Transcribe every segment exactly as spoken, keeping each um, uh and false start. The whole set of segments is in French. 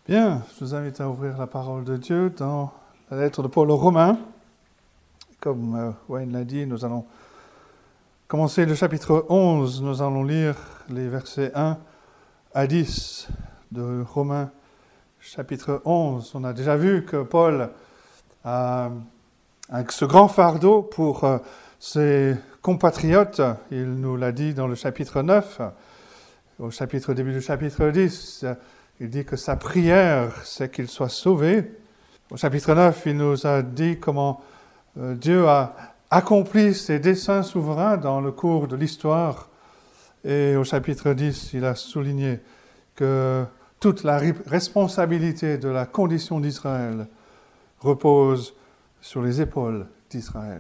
Bien, je vous invite à ouvrir la parole de Dieu dans la lettre de Paul aux Romains. Comme euh, Wayne l'a dit, nous allons commencer le chapitre onze. Nous allons lire les versets un à dix de Romains chapitre onze. On a déjà vu que Paul a, avec ce grand fardeau pour euh, ses compatriotes, il nous l'a dit dans le chapitre neuf, au chapitre, début du chapitre dix, il dit que sa prière, c'est qu'il soit sauvé. Au chapitre neuf, il nous a dit comment euh, Dieu a accompli ses desseins souverains dans le cours de l'histoire. Et au chapitre dix, il a souligné que toute la responsabilité de la condition d'Israël repose sur les épaules d'Israël.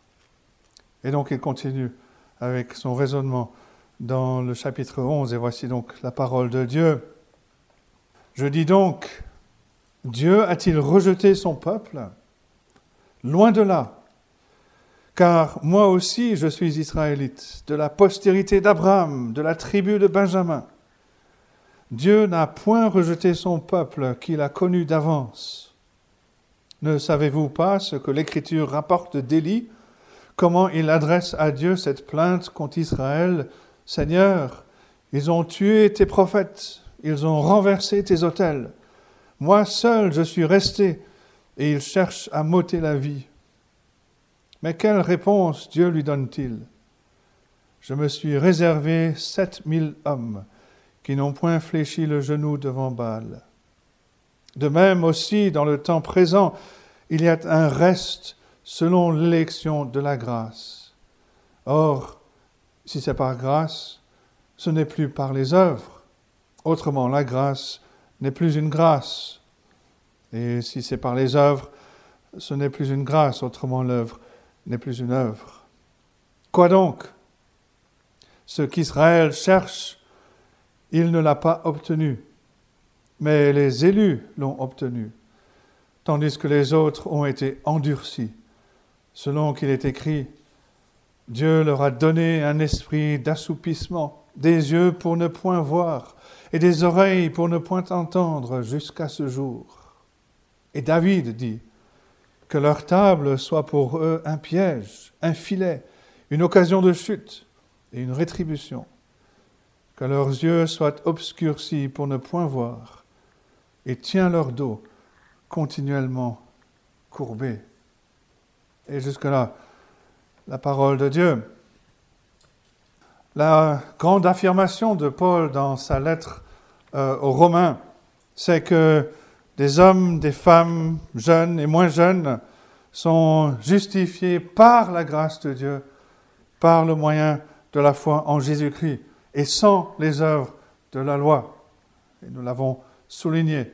Et donc, il continue avec son raisonnement dans le chapitre onze. Et voici donc la parole de Dieu. Je dis donc, Dieu a-t-il rejeté son peuple ? Loin de là, car moi aussi je suis israélite, de la postérité d'Abraham, de la tribu de Benjamin. Dieu n'a point rejeté son peuple qu'il a connu d'avance. Ne savez-vous pas ce que l'Écriture rapporte d'Élie, comment il adresse à Dieu cette plainte contre Israël ? Seigneur, ils ont tué tes prophètes. Ils ont renversé tes autels. Moi seul, je suis resté, et ils cherchent à m'ôter la vie. Mais quelle réponse Dieu lui donne-t-il ? Je me suis réservé sept mille hommes qui n'ont point fléchi le genou devant Baal. De même aussi, dans le temps présent, il y a un reste selon l'élection de la grâce. Or, si c'est par grâce, ce n'est plus par les œuvres. Autrement, la grâce n'est plus une grâce. Et si c'est par les œuvres, ce n'est plus une grâce. Autrement, l'œuvre n'est plus une œuvre. Quoi donc ? Ce qu'Israël cherche, il ne l'a pas obtenu. Mais les élus l'ont obtenu, tandis que les autres ont été endurcis. Selon qu'il est écrit, Dieu leur a donné un esprit d'assoupissement, des yeux pour ne point voir, et des oreilles pour ne point entendre jusqu'à ce jour. Et David dit que leur table soit pour eux un piège, un filet, une occasion de chute et une rétribution. Que leurs yeux soient obscurcis pour ne point voir, et tiens leur dos continuellement courbé. Et jusque-là, la parole de Dieu. La grande affirmation de Paul dans sa lettre euh, aux Romains, c'est que des hommes, des femmes, jeunes et moins jeunes, sont justifiés par la grâce de Dieu, par le moyen de la foi en Jésus-Christ, et sans les œuvres de la loi. Et nous l'avons souligné.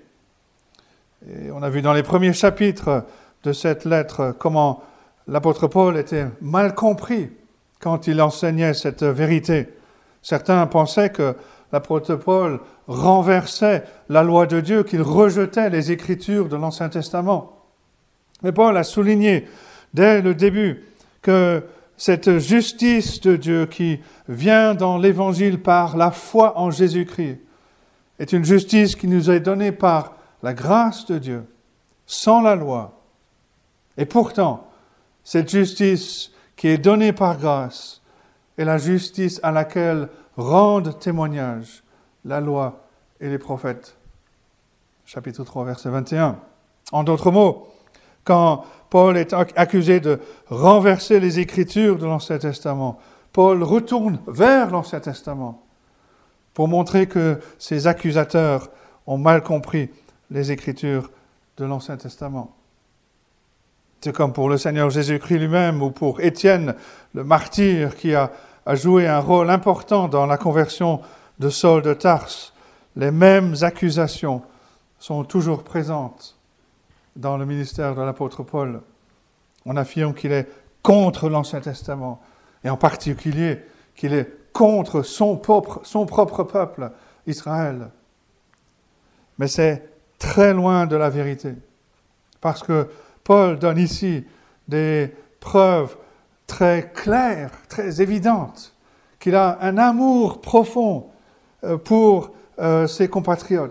Et on a vu dans les premiers chapitres de cette lettre comment l'apôtre Paul était mal compris quand il enseignait cette vérité. Certains pensaient que l'apôtre Paul renversait la loi de Dieu, qu'il rejetait les Écritures de l'Ancien Testament. Mais Paul a souligné dès le début que cette justice de Dieu qui vient dans l'Évangile par la foi en Jésus-Christ est une justice qui nous est donnée par la grâce de Dieu, sans la loi. Et pourtant, cette justice qui est donnée par grâce est la justice à laquelle rendent témoignage la loi et les prophètes. Chapitre trois, verset vingt et un. En d'autres mots, quand Paul est accusé de renverser les Écritures de l'Ancien Testament, Paul retourne vers l'Ancien Testament pour montrer que ses accusateurs ont mal compris les Écritures de l'Ancien Testament. C'est comme pour le Seigneur Jésus-Christ lui-même ou pour Étienne, le martyr qui a, a joué un rôle important dans la conversion de Saul de Tarse. Les mêmes accusations sont toujours présentes dans le ministère de l'apôtre Paul. On affirme qu'il est contre l'Ancien Testament et en particulier qu'il est contre son propre, son propre peuple, Israël. Mais c'est très loin de la vérité parce que Paul donne ici des preuves très claires, très évidentes, qu'il a un amour profond pour euh, ses compatriotes,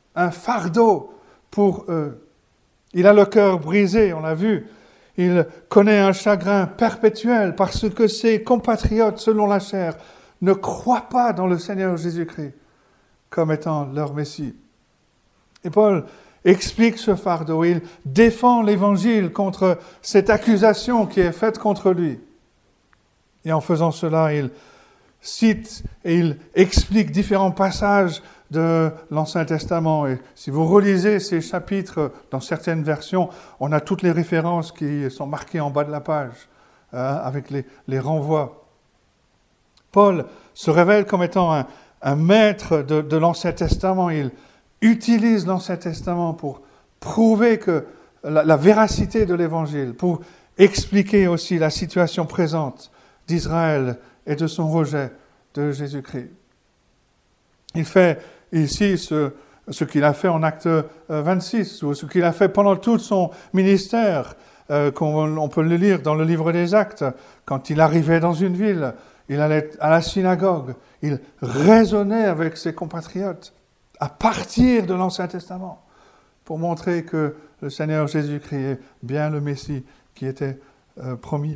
un fardeau pour eux. Il a le cœur brisé, on l'a vu. Il connaît un chagrin perpétuel parce que ses compatriotes, selon la chair, ne croient pas dans le Seigneur Jésus-Christ comme étant leur Messie. Et Paul explique ce fardeau. Il défend l'Évangile contre cette accusation qui est faite contre lui. Et en faisant cela, il cite et il explique différents passages de l'Ancien Testament. Et si vous relisez ces chapitres, dans certaines versions, on a toutes les références qui sont marquées en bas de la page, hein, avec les, les renvois. Paul se révèle comme étant un, un maître de, de l'Ancien Testament. Il utilise l'Ancien Testament pour prouver que la, la véracité de l'Évangile, pour expliquer aussi la situation présente d'Israël et de son rejet de Jésus-Christ. Il fait ici ce, ce qu'il a fait en acte vingt-six, ou ce qu'il a fait pendant tout son ministère, euh, qu'on, on peut le lire dans le livre des Actes. Quand il arrivait dans une ville, il allait à la synagogue, il raisonnait avec ses compatriotes à partir de l'Ancien Testament pour montrer que le Seigneur Jésus-Christ est bien le Messie qui était euh, promis.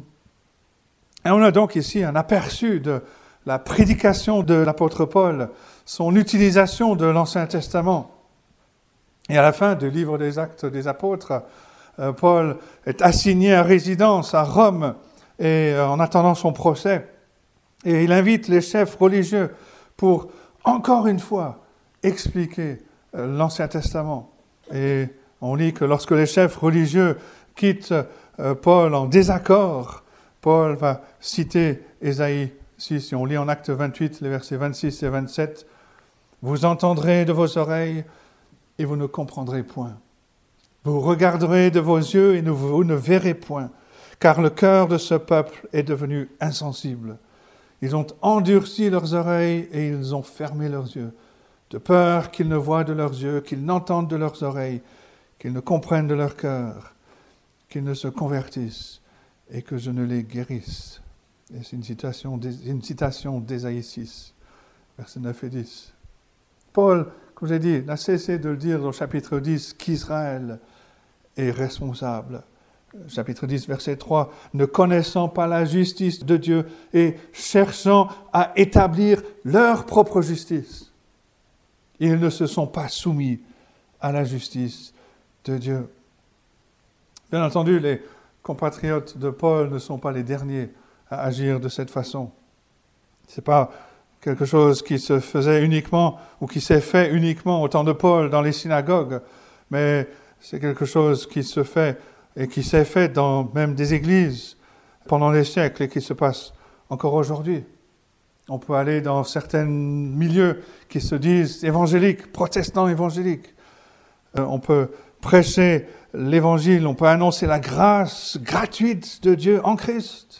Et on a donc ici un aperçu de la prédication de l'apôtre Paul, son utilisation de l'Ancien Testament. Et à la fin du livre des Actes des Apôtres, euh, Paul est assigné à résidence à Rome et euh, en attendant son procès. Et il invite les chefs religieux pour, encore une fois, expliquer euh, l'Ancien Testament. Et on lit que lorsque les chefs religieux quittent euh, Paul en désaccord, Paul va citer Ésaïe six, si on lit en Acte vingt-huit, les versets vingt-six et vingt-sept, « Vous entendrez de vos oreilles et vous ne comprendrez point. Vous regarderez de vos yeux et vous ne verrez point, car le cœur de ce peuple est devenu insensible. Ils ont endurci leurs oreilles et ils ont fermé leurs yeux, de peur qu'ils ne voient de leurs yeux, qu'ils n'entendent de leurs oreilles, qu'ils ne comprennent de leur cœur, qu'ils ne se convertissent et que je ne les guérisse. » Et c'est une citation, une citation d'Ésaïe six, versets neuf et dix. Paul, comme j'ai dit, n'a cessé de le dire au chapitre dix, qu'Israël est responsable. Chapitre dix, verset trois, « Ne connaissant pas la justice de Dieu et cherchant à établir leur propre justice, ils ne se sont pas soumis à la justice de Dieu. » Bien entendu, les compatriotes de Paul ne sont pas les derniers à agir de cette façon. Ce n'est pas quelque chose qui se faisait uniquement ou qui s'est fait uniquement au temps de Paul dans les synagogues, mais c'est quelque chose qui se fait et qui s'est fait dans même des églises pendant des siècles et qui se passe encore aujourd'hui. On peut aller dans certains milieux qui se disent évangéliques, protestants évangéliques. Euh, on peut prêcher l'évangile, on peut annoncer la grâce gratuite de Dieu en Christ.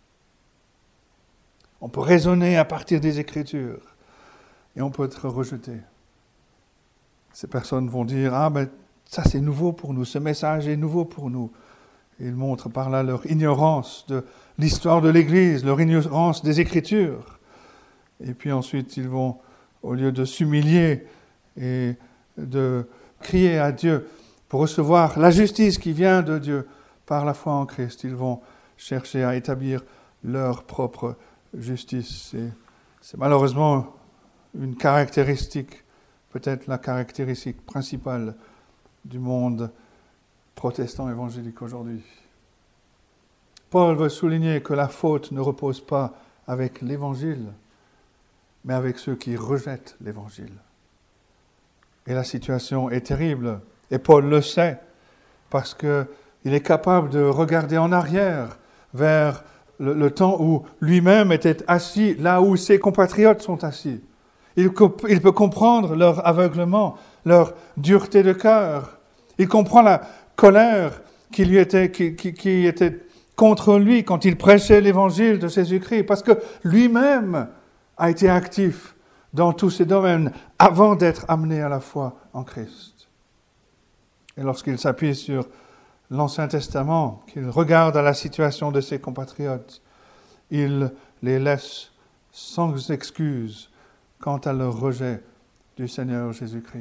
On peut raisonner à partir des Écritures et on peut être rejeté. Ces personnes vont dire « Ah, ben ça c'est nouveau pour nous, ce message est nouveau pour nous. » Ils montrent par là leur ignorance de l'histoire de l'Église, leur ignorance des Écritures. Et puis ensuite, ils vont, au lieu de s'humilier et de crier à Dieu pour recevoir la justice qui vient de Dieu par la foi en Christ, ils vont chercher à établir leur propre justice. C'est, c'est malheureusement une caractéristique, peut-être la caractéristique principale du monde protestant évangélique aujourd'hui. Paul veut souligner que la faute ne repose pas avec l'Évangile, mais avec ceux qui rejettent l'Évangile. Et la situation est terrible, et Paul le sait, parce qu'il est capable de regarder en arrière vers le, le temps où lui-même était assis là où ses compatriotes sont assis. Il, il peut comprendre leur aveuglement, leur dureté de cœur. Il comprend la colère qui lui était, qui, qui, qui était contre lui quand il prêchait l'évangile de Jésus-Christ, parce que lui-même a été actif dans tous ces domaines avant d'être amené à la foi en Christ. Et lorsqu'il s'appuie sur l'Ancien Testament, qu'il regarde à la situation de ses compatriotes, il les laisse sans excuse quant à leur rejet du Seigneur Jésus-Christ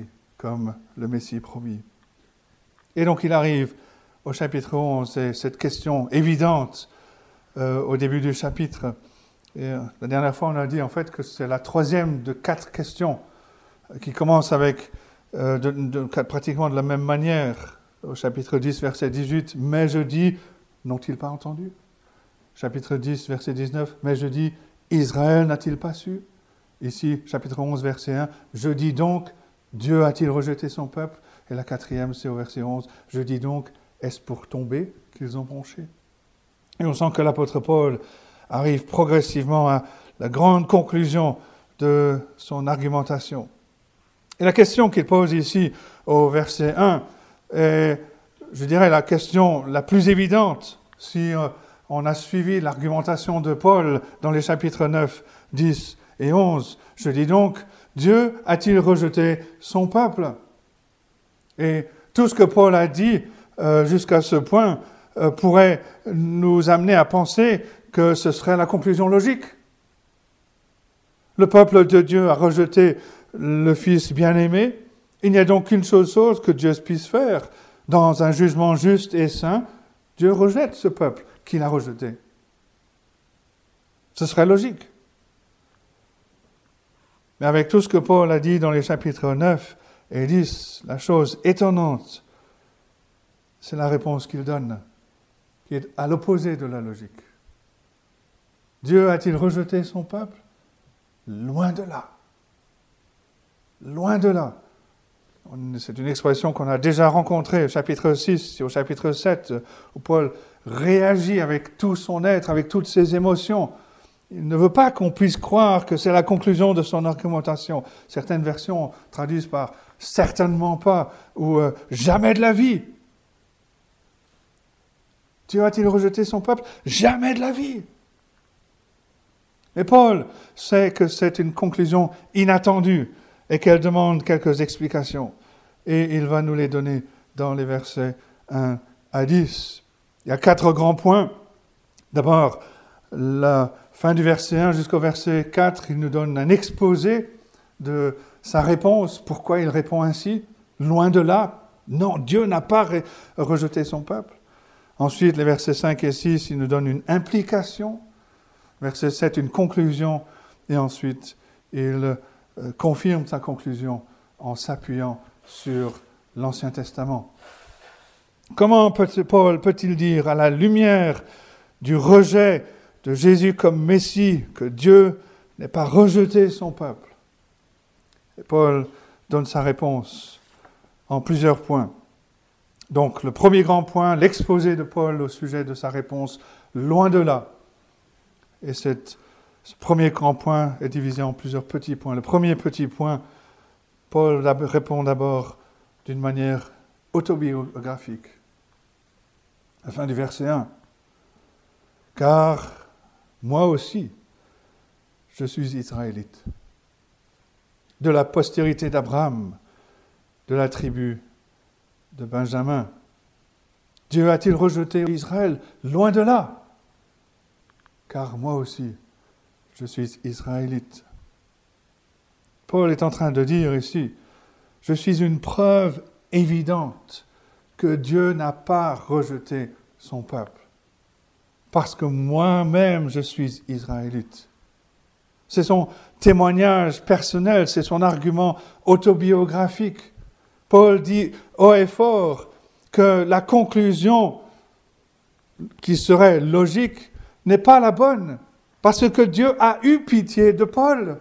comme le Messie promis. Et donc il arrive au chapitre onze, et cette question évidente euh, au début du chapitre. Et, euh, la dernière fois, on a dit en fait que c'est la troisième de quatre questions euh, qui commencent avec euh, de, de, pratiquement de la même manière. Au chapitre dix, verset dix-huit, « Mais je dis, n'ont-ils pas entendu ?» Chapitre dix, verset dix-neuf, « Mais je dis, Israël n'a-t-il pas su ?» Ici, chapitre onze, verset un, « Je dis donc, Dieu a-t-il rejeté son peuple ?» Et la quatrième, c'est au verset onze, « Je dis donc, est-ce pour tomber qu'ils ont penché ?» Et on sent que l'apôtre Paul arrive progressivement à la grande conclusion de son argumentation. Et la question qu'il pose ici au verset un est, je dirais, la question la plus évidente si on a suivi l'argumentation de Paul dans les chapitres neuf, dix et onze. Je dis donc, Dieu a-t-il rejeté son peuple ? Et tout ce que Paul a dit euh, jusqu'à ce point euh, pourrait nous amener à penser que ce serait la conclusion logique. Le peuple de Dieu a rejeté le Fils bien-aimé. Il n'y a donc qu'une seule chose que Dieu puisse faire. Dans un jugement juste et saint, Dieu rejette ce peuple qu'il a rejeté. Ce serait logique. Mais avec tout ce que Paul a dit dans les chapitres neuf et dix, la chose étonnante, c'est la réponse qu'il donne, qui est à l'opposé de la logique. Dieu a-t-il rejeté son peuple ? Loin de là. Loin de là. C'est une expression qu'on a déjà rencontrée au chapitre six et au chapitre sept, où Paul réagit avec tout son être, avec toutes ses émotions. Il ne veut pas qu'on puisse croire que c'est la conclusion de son argumentation. Certaines versions traduisent par « certainement pas » ou euh, « jamais de la vie ». Dieu a-t-il rejeté son peuple ? Jamais de la vie. Mais Paul sait que c'est une conclusion inattendue et qu'elle demande quelques explications. Et il va nous les donner dans les versets un à dix. Il y a quatre grands points. D'abord, la fin du verset un jusqu'au verset quatre, il nous donne un exposé de sa réponse. Pourquoi il répond ainsi ? Loin de là. Non, Dieu n'a pas re- rejeté son peuple. Ensuite, les versets cinq et six, il nous donne une implication. Verset sept, une conclusion. Et ensuite, il euh, confirme sa conclusion en s'appuyant sur l'Ancien Testament. Comment peut, Paul peut-il dire, à la lumière du rejet de Jésus comme Messie, que Dieu n'ait pas rejeté son peuple ? Et Paul donne sa réponse en plusieurs points. Donc, le premier grand point, l'exposé de Paul au sujet de sa réponse, loin de là. Et cette, ce premier grand point est divisé en plusieurs petits points. Le premier petit point, Paul répond d'abord d'une manière autobiographique. À la fin du verset un. « Car moi aussi, je suis israélite, de la postérité d'Abraham, de la tribu de Benjamin. Dieu a-t-il rejeté Israël ? Loin de là. Car moi aussi, je suis israélite. » Paul est en train de dire ici, je suis une preuve évidente que Dieu n'a pas rejeté son peuple. Parce que moi-même, je suis israélite. C'est son témoignage personnel, c'est son argument autobiographique. Paul dit haut et fort que la conclusion qui serait logique n'est pas la bonne, parce que Dieu a eu pitié de Paul.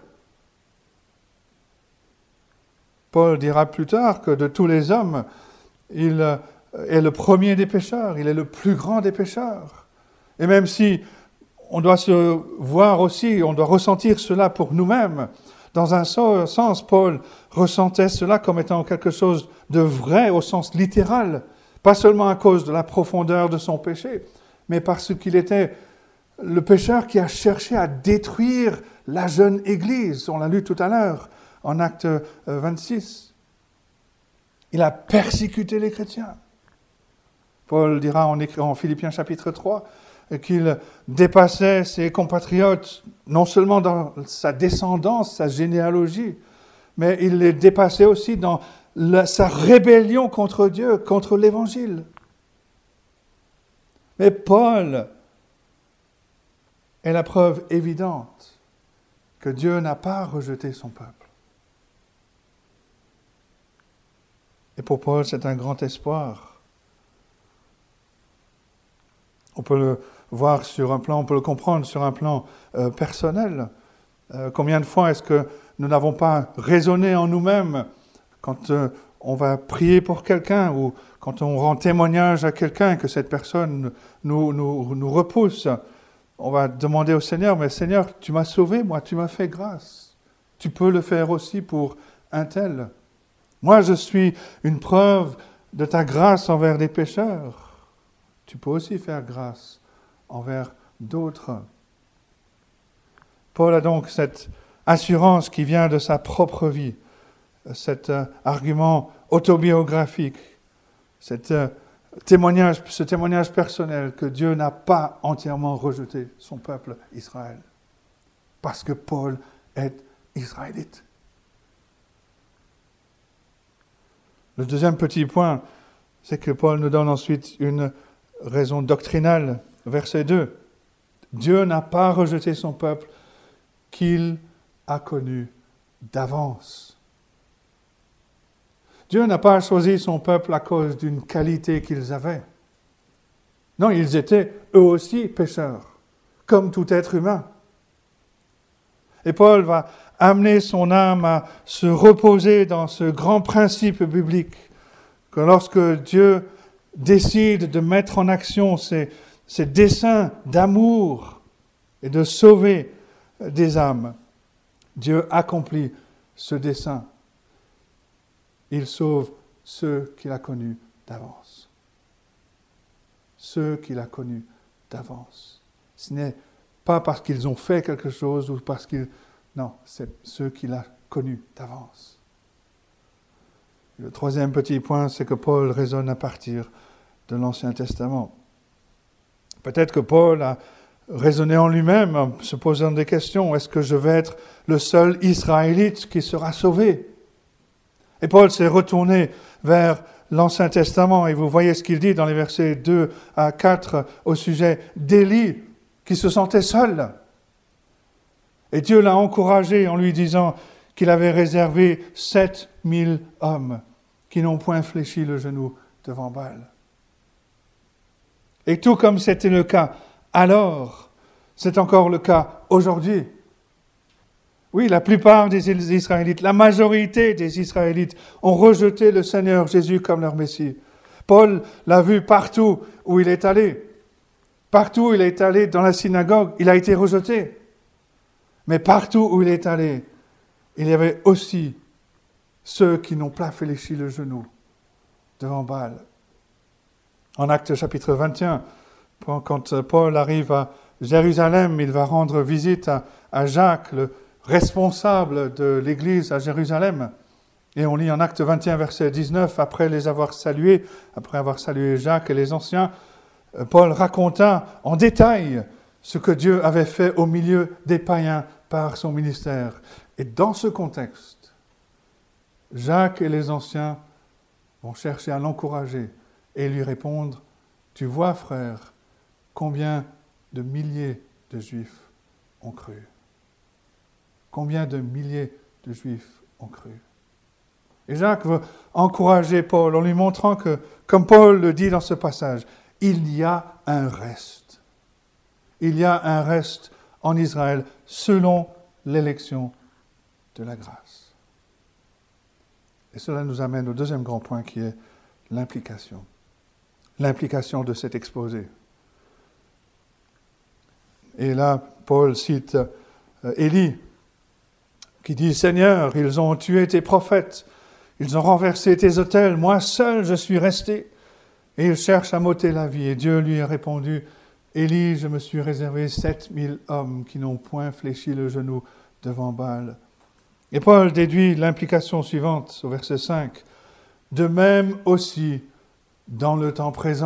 Paul dira plus tard que de tous les hommes, il est le premier des pécheurs, il est le plus grand des pécheurs. Et même si on doit se voir aussi, on doit ressentir cela pour nous-mêmes, dans un sens, Paul ressentait cela comme étant quelque chose de vrai au sens littéral, pas seulement à cause de la profondeur de son péché, mais parce qu'il était le pécheur qui a cherché à détruire la jeune Église. On l'a lu tout à l'heure, en acte vingt-six. Il a persécuté les chrétiens. Paul dira en, en Philippiens chapitre trois qu'il dépassait ses compatriotes, non seulement dans sa descendance, sa généalogie, mais il les dépassait aussi dans la, sa rébellion contre Dieu, contre l'Évangile. Mais Paul est la preuve évidente que Dieu n'a pas rejeté son peuple. Et pour Paul, c'est un grand espoir. On peut le voir sur un plan, on peut le comprendre sur un plan euh, personnel. Euh, combien de fois est-ce que nous n'avons pas raisonné en nous-mêmes quand euh, on va prier pour quelqu'un ou quand on rend témoignage à quelqu'un que cette personne nous, nous, nous repousse, on va demander au Seigneur, mais Seigneur, tu m'as sauvé, moi, tu m'as fait grâce. Tu peux le faire aussi pour un tel. Moi, je suis une preuve de ta grâce envers des pécheurs. Tu peux aussi faire grâce envers d'autres. Paul a donc cette assurance qui vient de sa propre vie, cet euh, argument autobiographique, cet, euh, témoignage, ce témoignage personnel que Dieu n'a pas entièrement rejeté son peuple Israël. Parce que Paul est israélite. Le deuxième petit point, c'est que Paul nous donne ensuite une raison doctrinale, verset deux. Dieu n'a pas rejeté son peuple qu'il a connu d'avance. Dieu n'a pas choisi son peuple à cause d'une qualité qu'ils avaient. Non, ils étaient eux aussi pécheurs, comme tout être humain. Et Paul va amener son âme à se reposer dans ce grand principe biblique, que lorsque Dieu décide de mettre en action ses, ses desseins d'amour et de sauver des âmes, Dieu accomplit ce dessein. Il sauve ceux qu'il a connus d'avance. Ceux qu'il a connus d'avance. Ce n'est pas parce qu'ils ont fait quelque chose ou parce qu'ils... Non, c'est ceux qu'il a connus d'avance. Le troisième petit point, c'est que Paul raisonne à partir de l'Ancien Testament. Peut-être que Paul a raisonné en lui-même en se posant des questions. Est-ce que je vais être le seul Israélite qui sera sauvé ? Et Paul s'est retourné vers l'Ancien Testament et vous voyez ce qu'il dit dans les versets deux à quatre au sujet d'Élie qui se sentait seul. Et Dieu l'a encouragé en lui disant qu'il avait réservé sept mille hommes qui n'ont point fléchi le genou devant Baal. Et tout comme c'était le cas alors, c'est encore le cas aujourd'hui. Oui, la plupart des Israélites, la majorité des Israélites ont rejeté le Seigneur Jésus comme leur Messie. Paul l'a vu partout où il est allé. Partout où il est allé dans la synagogue, il a été rejeté. Mais partout où il est allé, il y avait aussi ceux qui n'ont pas fléchi le genou devant Baal. En Actes chapitre vingt et un, quand Paul arrive à Jérusalem, il va rendre visite à, à Jacques, le responsable de l'église à Jérusalem. Et on lit en Actes vingt et un, verset dix-neuf, après les avoir salués, après avoir salué Jacques et les anciens, Paul raconta en détail ce que Dieu avait fait au milieu des païens par son ministère. Et dans ce contexte, Jacques et les anciens vont chercher à l'encourager et lui répondre, « Tu vois, frère, combien de milliers de Juifs ont cru. Combien de milliers de Juifs ont cru. » Et Jacques veut encourager Paul en lui montrant que, comme Paul le dit dans ce passage, il y a un reste. Il y a un reste en Israël selon l'élection de la grâce. Et cela nous amène au deuxième grand point qui est l'implication. L'implication de cet exposé. Et là, Paul cite euh, Élie, qui dit « Seigneur, ils ont tué tes prophètes, ils ont renversé tes autels, moi seul je suis resté. » Et il cherche à m'ôter la vie. Et Dieu lui a répondu « Élie, je me suis réservé sept mille hommes qui n'ont point fléchi le genou devant Baal. » Et Paul déduit l'implication suivante au verset cinq. « De même aussi dans le temps présent. »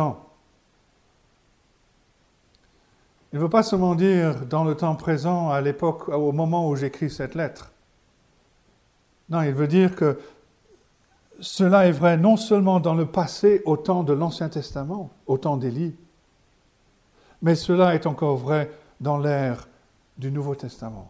Il ne veut pas seulement dire dans le temps présent, à l'époque, au moment où j'écris cette lettre. Non, il veut dire que cela est vrai non seulement dans le passé, au temps de l'Ancien Testament, au temps d'Élie, mais cela est encore vrai dans l'ère du Nouveau Testament.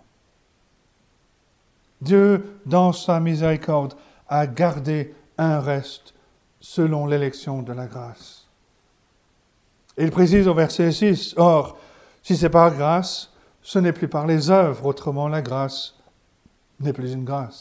Dieu, dans sa miséricorde, a gardé un reste selon l'élection de la grâce. Il précise au verset six, « Or, si c'est par grâce, ce n'est plus par les œuvres, autrement la grâce n'est plus une grâce. »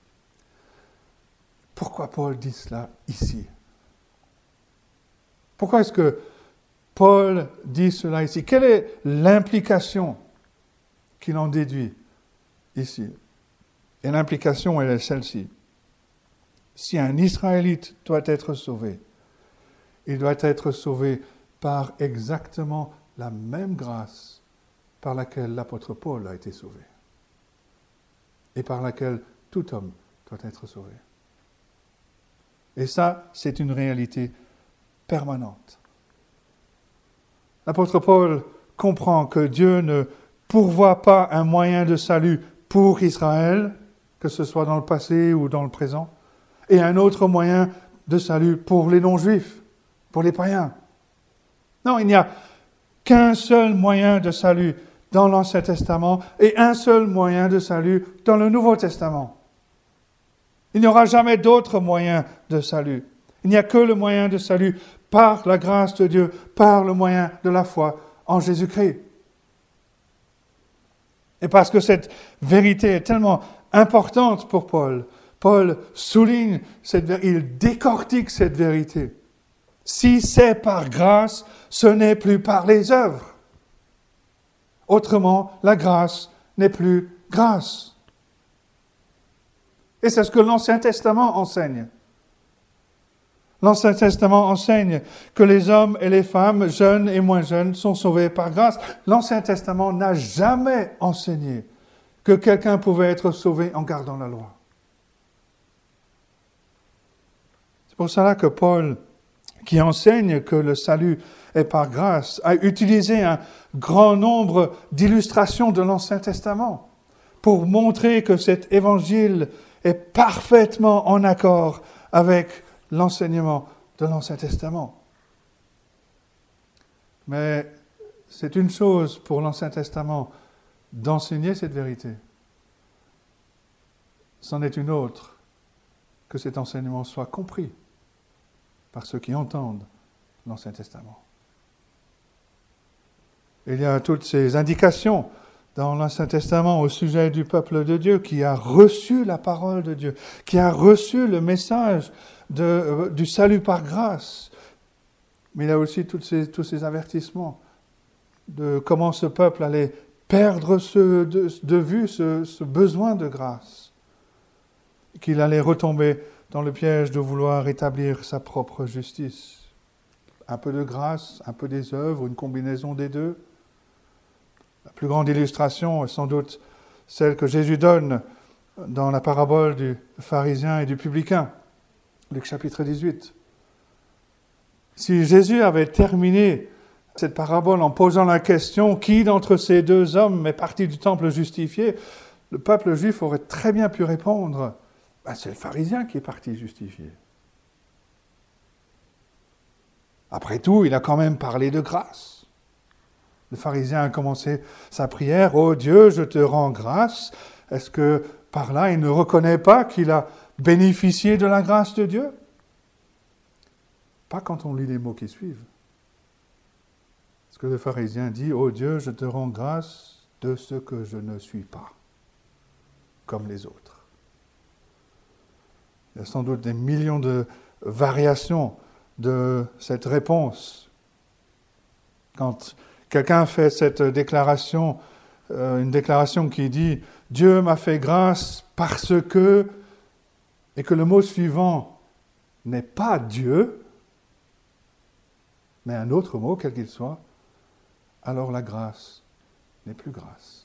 Pourquoi Paul dit cela ici? Pourquoi est-ce que Paul dit cela ici? Quelle est l'implication qu'il en déduit ici? Et l'implication, elle est celle-ci. Si un Israélite doit être sauvé, il doit être sauvé par exactement la même grâce par laquelle l'apôtre Paul a été sauvé et par laquelle tout homme doit être sauvé. Et ça, c'est une réalité permanente. L'apôtre Paul comprend que Dieu ne pourvoit pas un moyen de salut pour Israël, que ce soit dans le passé ou dans le présent, et un autre moyen de salut pour les non-juifs, pour les païens. Non, il n'y a qu'un seul moyen de salut dans l'Ancien Testament et un seul moyen de salut dans le Nouveau Testament. Il n'y aura jamais d'autre moyen de salut. Il n'y a que le moyen de salut par la grâce de Dieu, par le moyen de la foi en Jésus-Christ. Et parce que cette vérité est tellement importante pour Paul, Paul souligne cette vérité, il décortique cette vérité. Si c'est par grâce, ce n'est plus par les œuvres. Autrement, la grâce n'est plus grâce. Et c'est ce que l'Ancien Testament enseigne. L'Ancien Testament enseigne que les hommes et les femmes, jeunes et moins jeunes, sont sauvés par grâce. L'Ancien Testament n'a jamais enseigné que quelqu'un pouvait être sauvé en gardant la loi. C'est pour cela que Paul, qui enseigne que le salut est par grâce, a utilisé un grand nombre d'illustrations de l'Ancien Testament pour montrer que cet évangile est parfaitement en accord avec l'enseignement de l'Ancien Testament. Mais c'est une chose pour l'Ancien Testament d'enseigner cette vérité. C'en est une autre que cet enseignement soit compris par ceux qui entendent l'Ancien Testament. Il y a toutes ces indications dans l'Ancien Testament au sujet du peuple de Dieu qui a reçu la parole de Dieu, qui a reçu le message de, euh, du salut par grâce. Mais il y a aussi toutes ces, tous ces avertissements de comment ce peuple allait perdre ce, de, de vue ce, ce besoin de grâce, qu'il allait retomber dans le piège de vouloir établir sa propre justice. Un peu de grâce, un peu des œuvres, une combinaison des deux. La plus grande illustration est sans doute celle que Jésus donne dans la parabole du pharisien et du publicain, Luc chapitre dix-huit. Si Jésus avait terminé cette parabole en posant la question « Qui d'entre ces deux hommes est parti du temple justifié ?» le peuple juif aurait très bien pu répondre ben, « C'est le pharisien qui est parti justifié. » Après tout, il a quand même parlé de grâce. Le pharisien a commencé sa prière « Oh Dieu, je te rends grâce ». Est-ce que par là, il ne reconnaît pas qu'il a bénéficié de la grâce de Dieu? Pas quand on lit les mots qui suivent. Parce que le pharisien dit « Oh Dieu, je te rends grâce de ce que je ne suis pas, comme les autres ». Il y a sans doute des millions de variations de cette réponse. Quand quelqu'un fait cette déclaration, euh, une déclaration qui dit « Dieu m'a fait grâce parce que… » et que le mot suivant n'est pas Dieu, mais un autre mot, quel qu'il soit, alors la grâce n'est plus grâce.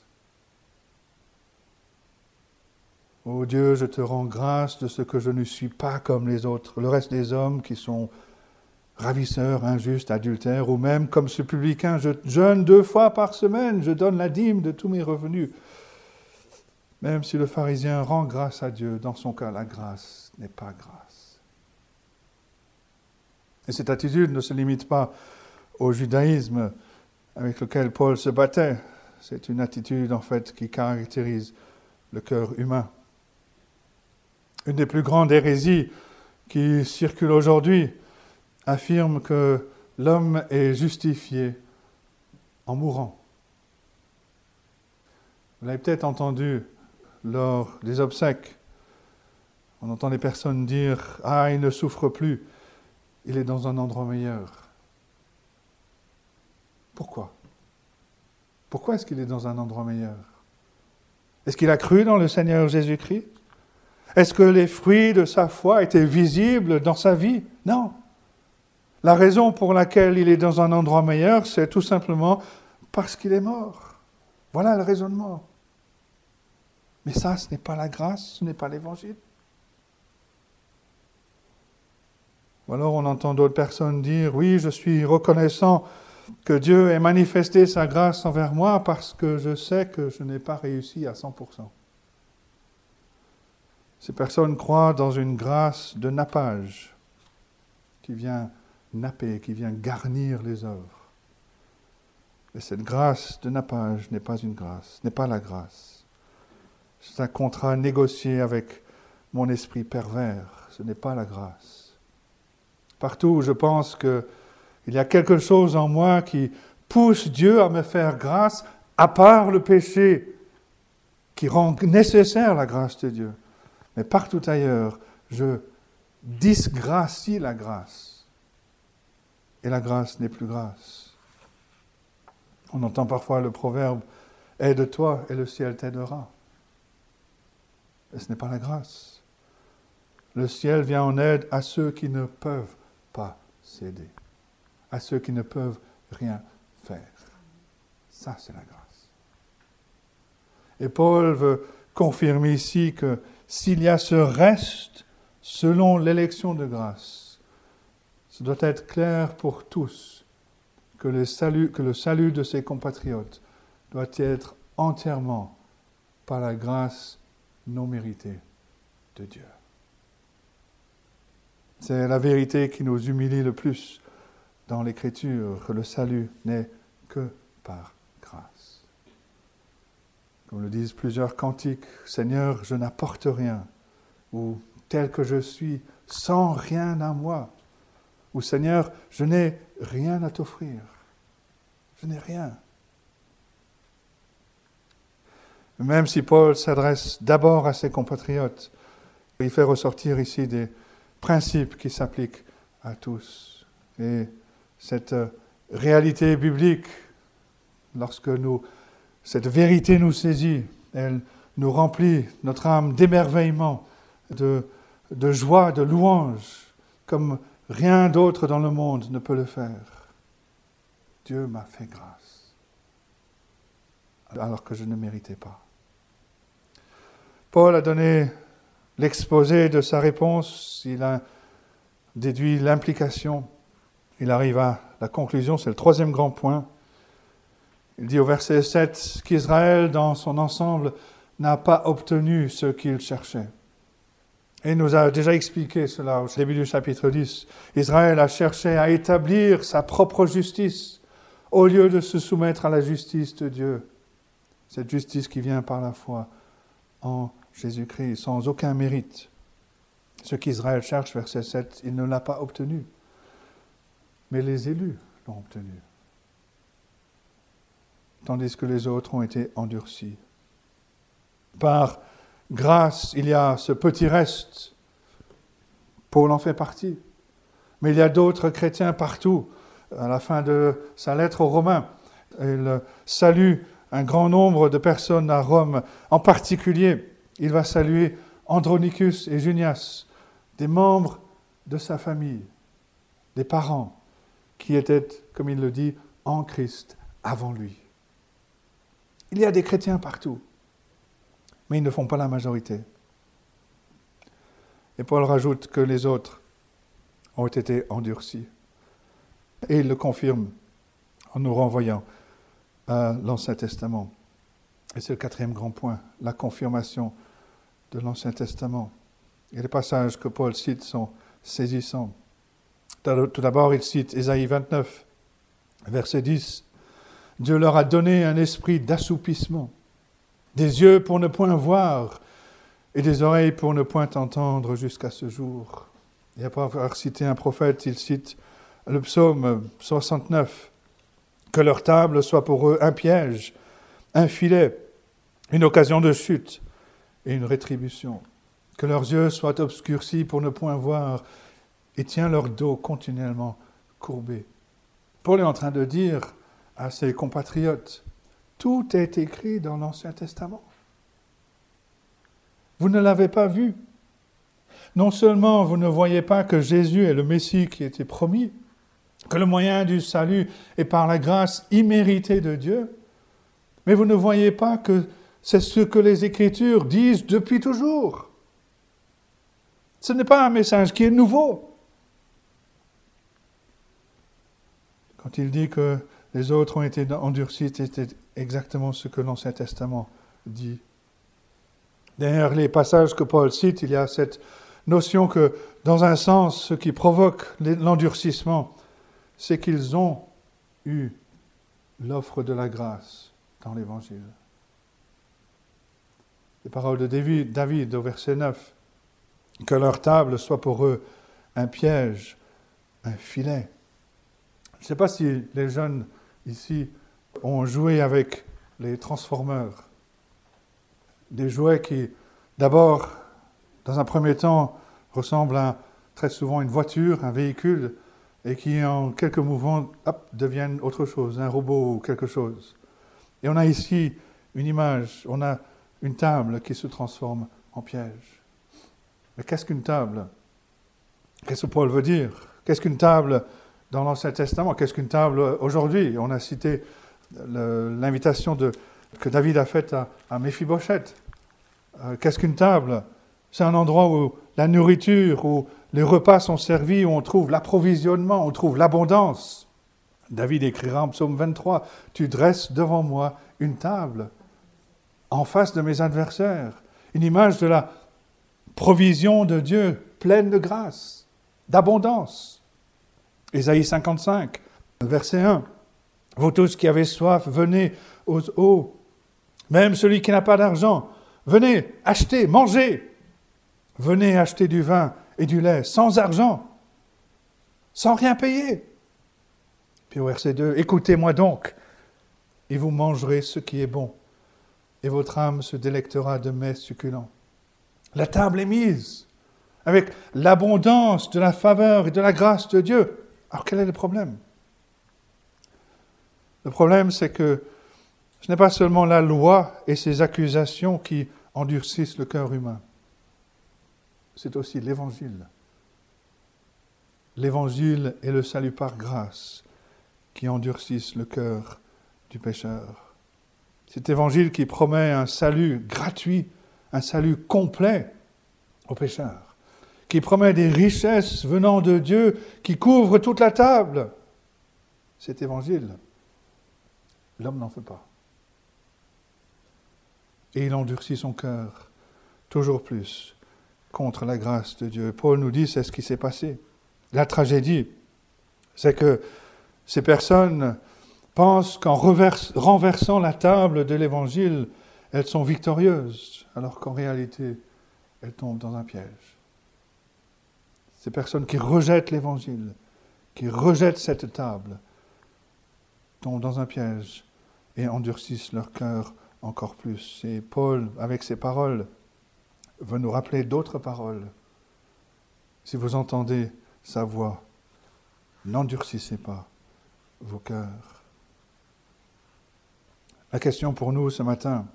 Ô Dieu, je te rends grâce de ce que je ne suis pas comme les autres, le reste des hommes qui sont ravisseurs, injustes, adultères, ou même comme ce publicain, je jeûne deux fois par semaine, je donne la dîme de tous mes revenus. Même si le pharisien rend grâce à Dieu, dans son cas, la grâce n'est pas grâce. Et cette attitude ne se limite pas au judaïsme avec lequel Paul se battait. C'est une attitude, en fait, qui caractérise le cœur humain. Une des plus grandes hérésies qui circulent aujourd'hui affirme que l'homme est justifié en mourant. Vous l'avez peut-être entendu lors des obsèques. On entend les personnes dire « Ah, il ne souffre plus, il est dans un endroit meilleur. » Pourquoi ? Pourquoi est-ce qu'il est dans un endroit meilleur ? Est-ce qu'il a cru dans le Seigneur Jésus-Christ ? Est-ce que les fruits de sa foi étaient visibles dans sa vie ? Non. La raison pour laquelle il est dans un endroit meilleur, c'est tout simplement parce qu'il est mort. Voilà le raisonnement. Mais ça, ce n'est pas la grâce, ce n'est pas l'évangile. Ou alors on entend d'autres personnes dire « Oui, je suis reconnaissant que Dieu ait manifesté sa grâce envers moi parce que je sais que je n'ai pas réussi à cent pour cent. » Ces personnes croient dans une grâce de nappage qui vient napper, qui vient garnir les œuvres. Et cette grâce de nappage n'est pas une grâce, n'est pas la grâce. C'est un contrat négocié avec mon esprit pervers, ce n'est pas la grâce. Partout où je pense qu'il y a quelque chose en moi qui pousse Dieu à me faire grâce, à part le péché qui rend nécessaire la grâce de Dieu. Mais partout ailleurs, je disgracie la grâce. Et la grâce n'est plus grâce. On entend parfois le proverbe « Aide-toi et le ciel t'aidera ». Et ce n'est pas la grâce. Le ciel vient en aide à ceux qui ne peuvent pas s'aider, à ceux qui ne peuvent rien faire. Ça, c'est la grâce. Et Paul veut confirmer ici que s'il y a ce reste selon l'élection de grâce, ce doit être clair pour tous que le salut, que le salut de ses compatriotes doit être entièrement par la grâce non méritée de Dieu. C'est la vérité qui nous humilie le plus dans l'Écriture, que le salut n'est que par grâce. Comme le disent plusieurs cantiques, « Seigneur, je n'apporte rien » ou « tel que je suis, sans rien à moi » ou « Seigneur, je n'ai rien à t'offrir. Je n'ai rien. » Même si Paul s'adresse d'abord à ses compatriotes, il fait ressortir ici des principes qui s'appliquent à tous. Et cette réalité biblique, lorsque nous, cette vérité nous saisit, elle nous remplit notre âme d'émerveillement, de, de joie, de louange, comme rien d'autre dans le monde ne peut le faire. Dieu m'a fait grâce, alors que je ne méritais pas. Paul a donné l'exposé de sa réponse, il a déduit l'implication, il arrive à la conclusion, c'est le troisième grand point. Il dit au verset sept qu'Israël, dans son ensemble, n'a pas obtenu ce qu'il cherchait. Et il nous a déjà expliqué cela au début du chapitre dix. Israël a cherché à établir sa propre justice au lieu de se soumettre à la justice de Dieu. Cette justice qui vient par la foi en Jésus-Christ, sans aucun mérite. Ce qu'Israël cherche, verset sept, il ne l'a pas obtenu. Mais les élus l'ont obtenu. Tandis que les autres ont été endurcis. Par grâce, il y a ce petit reste. Paul en fait partie. Mais il y a d'autres chrétiens partout. À la fin de sa lettre aux Romains, il salue un grand nombre de personnes à Rome. En particulier, il va saluer Andronicus et Junias, des membres de sa famille, des parents qui étaient, comme il le dit, en Christ avant lui. Il y a des chrétiens partout, mais ils ne font pas la majorité. Et Paul rajoute que les autres ont été endurcis. Et il le confirme en nous renvoyant à l'Ancien Testament. Et c'est le quatrième grand point, la confirmation de l'Ancien Testament. Et les passages que Paul cite sont saisissants. Tout d'abord, il cite Ésaïe vingt-neuf, verset dix. Dieu leur a donné un esprit d'assoupissement, des yeux pour ne point voir et des oreilles pour ne point entendre jusqu'à ce jour. Et après avoir cité un prophète, il cite le psaume soixante-neuf. Que leur table soit pour eux un piège, un filet, une occasion de chute et une rétribution. Que leurs yeux soient obscurcis pour ne point voir et tient leur dos continuellement courbé. Paul est en train de dire à ses compatriotes, tout est écrit dans l'Ancien Testament. Vous ne l'avez pas vu. Non seulement vous ne voyez pas que Jésus est le Messie qui était promis, que le moyen du salut est par la grâce imméritée de Dieu, mais vous ne voyez pas que c'est ce que les Écritures disent depuis toujours. Ce n'est pas un message qui est nouveau. Quand il dit que les autres ont été endurcis, c'était exactement ce que l'Ancien Testament dit. Derrière les passages que Paul cite, il y a cette notion que, dans un sens, ce qui provoque l'endurcissement, c'est qu'ils ont eu l'offre de la grâce dans l'Évangile. Les paroles de David, David au verset neuf, que leur table soit pour eux un piège, un filet. Je ne sais pas si les jeunes ici ont joué avec les transformeurs. Des jouets qui, d'abord, dans un premier temps, ressemblent à très souvent une voiture, un véhicule, et qui, en quelques mouvements, hop, deviennent autre chose, un robot ou quelque chose. Et on a ici une image, on a une table qui se transforme en piège. Mais qu'est-ce qu'une table ? Qu'est-ce que Paul veut dire ? Qu'est-ce qu'une table dans l'Ancien Testament ? Qu'est-ce qu'une table aujourd'hui ? On a cité le, l'invitation de, que David a faite à, à Méphibosheth. Euh, qu'est-ce qu'une table ? C'est un endroit où la nourriture, où les repas sont servis, où on trouve l'approvisionnement, on trouve l'abondance. David écrira en psaume vingt-trois, « Tu dresses devant moi une table en face de mes adversaires. » Une image de la provision de Dieu pleine de grâce, d'abondance. Ésaïe cinquante-cinq, verset un. « Vous tous qui avez soif, venez aux eaux. Même celui qui n'a pas d'argent, venez, achetez, mangez. Venez acheter du vin et du lait sans argent, sans rien payer. » Puis au verset deux, « Écoutez-moi donc, et vous mangerez ce qui est bon, et votre âme se délectera de mets succulents. » La table est mise avec l'abondance de la faveur et de la grâce de Dieu. Alors quel est le problème ? Le problème, c'est que ce n'est pas seulement la loi et ses accusations qui endurcissent le cœur humain. C'est aussi l'Évangile. L'Évangile est le salut par grâce qui endurcissent le cœur du pécheur. Cet Évangile qui promet un salut gratuit, un salut complet aux pécheurs, qui promet des richesses venant de Dieu, qui couvrent toute la table. Cet Évangile, l'homme n'en veut pas. Et il endurcit son cœur toujours plus contre la grâce de Dieu. Paul nous dit, c'est ce qui s'est passé. La tragédie, c'est que ces personnes pensent qu'en reverse, renversant la table de l'Évangile, elles sont victorieuses, alors qu'en réalité, elles tombent dans un piège. Ces personnes qui rejettent l'Évangile, qui rejettent cette table, tombent dans un piège et endurcissent leur cœur encore plus. Et Paul, avec ses paroles, veut nous rappeler d'autres paroles. Si vous entendez sa voix, n'endurcissez pas vos cœurs. La question pour nous ce matin,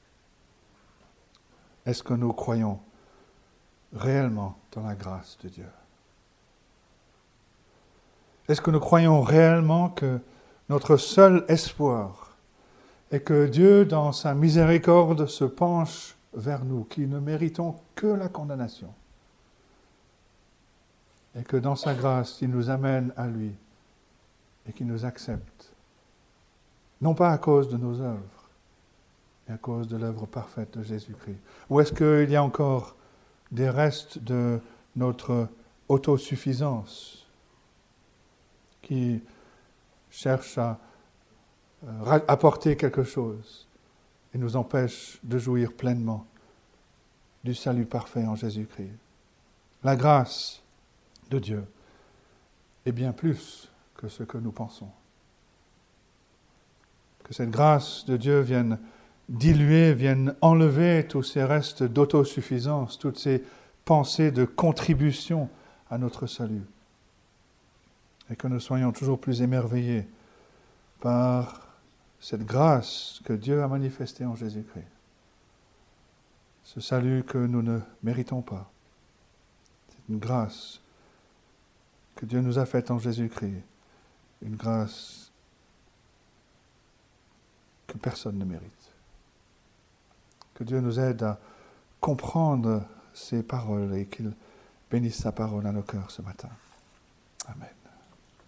est-ce que nous croyons réellement dans la grâce de Dieu ? Est-ce que nous croyons réellement que notre seul espoir est que Dieu, dans sa miséricorde, se penche vers nous, qui ne méritons que la condamnation, et que dans sa grâce, il nous amène à lui et qu'il nous accepte, non pas à cause de nos œuvres, mais à cause de l'œuvre parfaite de Jésus-Christ. Ou est-ce qu'il y a encore des restes de notre autosuffisance, qui cherche à euh, apporter quelque chose et nous empêche de jouir pleinement du salut parfait en Jésus-Christ. La grâce de Dieu est bien plus que ce que nous pensons. Que cette grâce de Dieu vienne diluer, vienne enlever tous ces restes d'autosuffisance, toutes ces pensées de contribution à notre salut. Et que nous soyons toujours plus émerveillés par cette grâce que Dieu a manifestée en Jésus-Christ. Ce salut que nous ne méritons pas. C'est une grâce que Dieu nous a faite en Jésus-Christ. Une grâce que personne ne mérite. Que Dieu nous aide à comprendre ces paroles et qu'il bénisse sa parole à nos cœurs ce matin. Amen.